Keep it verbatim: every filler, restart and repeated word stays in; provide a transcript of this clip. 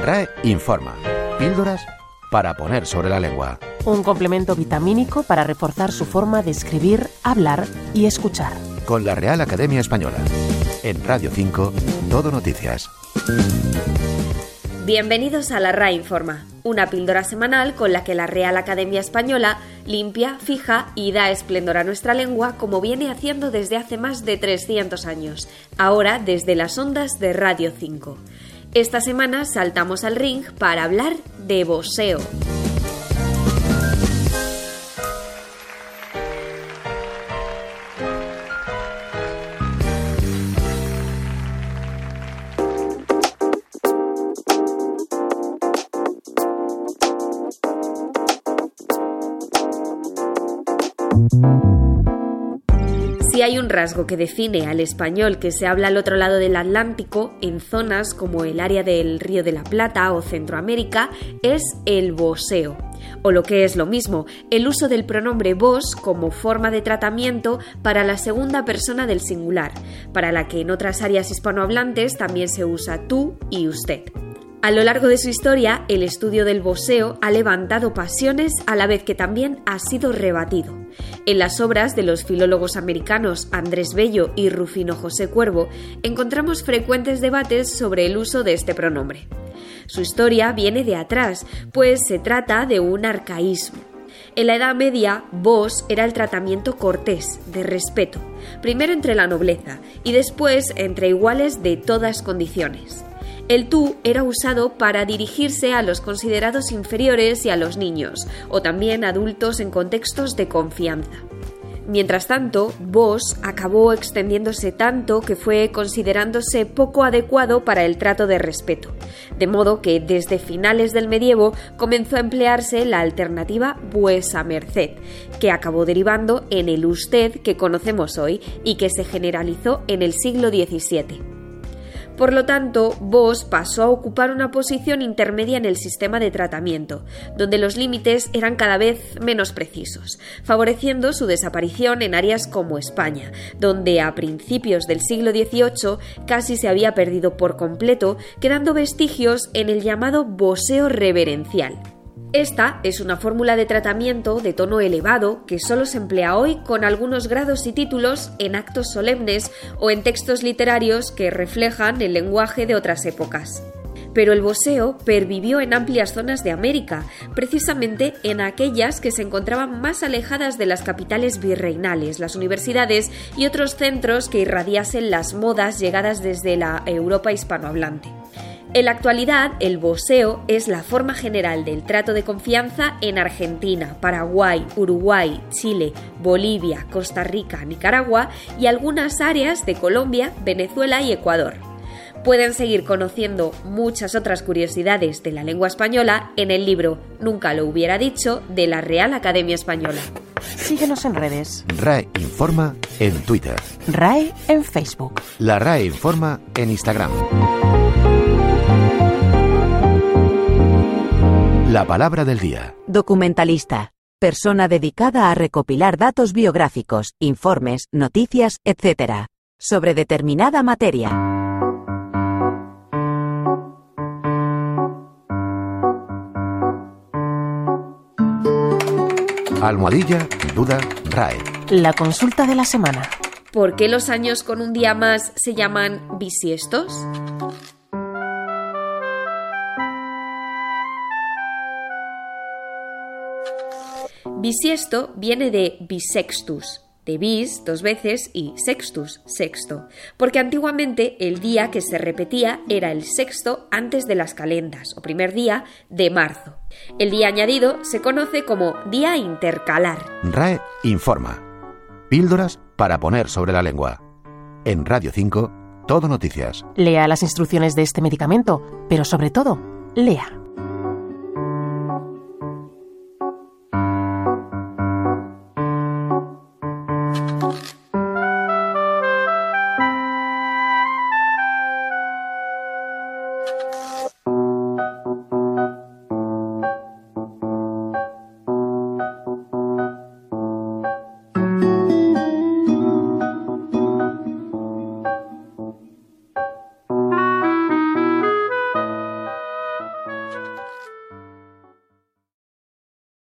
R A E informa. Píldoras para poner sobre la lengua. Un complemento vitamínico para reforzar su forma de escribir, hablar y escuchar. Con la Real Academia Española. En Radio cinco, Todo Noticias. Bienvenidos a la R A E Informa, una píldora semanal con la que la Real Academia Española limpia, fija y da esplendor a nuestra lengua como viene haciendo desde hace más de trescientos años, ahora desde las ondas de Radio cinco. Esta semana saltamos al ring para hablar de voseo. Si hay un rasgo que define al español que se habla al otro lado del Atlántico, en zonas como el área del Río de la Plata o Centroamérica, es el voseo. O lo que es lo mismo, el uso del pronombre vos como forma de tratamiento para la segunda persona del singular, para la que en otras áreas hispanohablantes también se usa tú y usted. A lo largo de su historia, el estudio del voseo ha levantado pasiones a la vez que también ha sido rebatido. En las obras de los filólogos americanos Andrés Bello y Rufino José Cuervo encontramos frecuentes debates sobre el uso de este pronombre. Su historia viene de atrás, pues se trata de un arcaísmo. En la Edad Media, vos era el tratamiento cortés, de respeto, primero entre la nobleza y después entre iguales de todas condiciones. El tú era usado para dirigirse a los considerados inferiores y a los niños, o también adultos en contextos de confianza. Mientras tanto, vos acabó extendiéndose tanto que fue considerándose poco adecuado para el trato de respeto, de modo que desde finales del medievo comenzó a emplearse la alternativa vuesa merced, que acabó derivando en el usted que conocemos hoy y que se generalizó en el siglo diecisiete. Por lo tanto, vos pasó a ocupar una posición intermedia en el sistema de tratamiento, donde los límites eran cada vez menos precisos, favoreciendo su desaparición en áreas como España, donde a principios del siglo dieciocho casi se había perdido por completo, quedando vestigios en el llamado voseo reverencial. Esta es una fórmula de tratamiento de tono elevado que solo se emplea hoy con algunos grados y títulos en actos solemnes o en textos literarios que reflejan el lenguaje de otras épocas. Pero el voseo pervivió en amplias zonas de América, precisamente en aquellas que se encontraban más alejadas de las capitales virreinales, las universidades y otros centros que irradiasen las modas llegadas desde la Europa hispanohablante. En la actualidad, el voseo es la forma general del trato de confianza en Argentina, Paraguay, Uruguay, Chile, Bolivia, Costa Rica, Nicaragua y algunas áreas de Colombia, Venezuela y Ecuador. Pueden seguir conociendo muchas otras curiosidades de la lengua española en el libro Nunca lo hubiera dicho de la Real Academia Española. Síguenos en redes. R A E informa en Twitter. R A E en Facebook. La R A E informa en Instagram. La palabra del día. Documentalista. Persona dedicada a recopilar datos biográficos, informes, noticias, etcétera, sobre determinada materia. Almohadilla, duda, R A E. La consulta de la semana. ¿Por qué los años con un día más se llaman bisiestos? Bisiesto viene de bisextus, de bis, dos veces, y sextus, sexto, porque antiguamente el día que se repetía era el sexto antes de las calendas, o primer día de marzo. El día añadido se conoce como día intercalar. R A E informa. Píldoras para poner sobre la lengua. En Radio cinco, Todo Noticias. Lea las instrucciones de este medicamento, pero sobre todo, lea.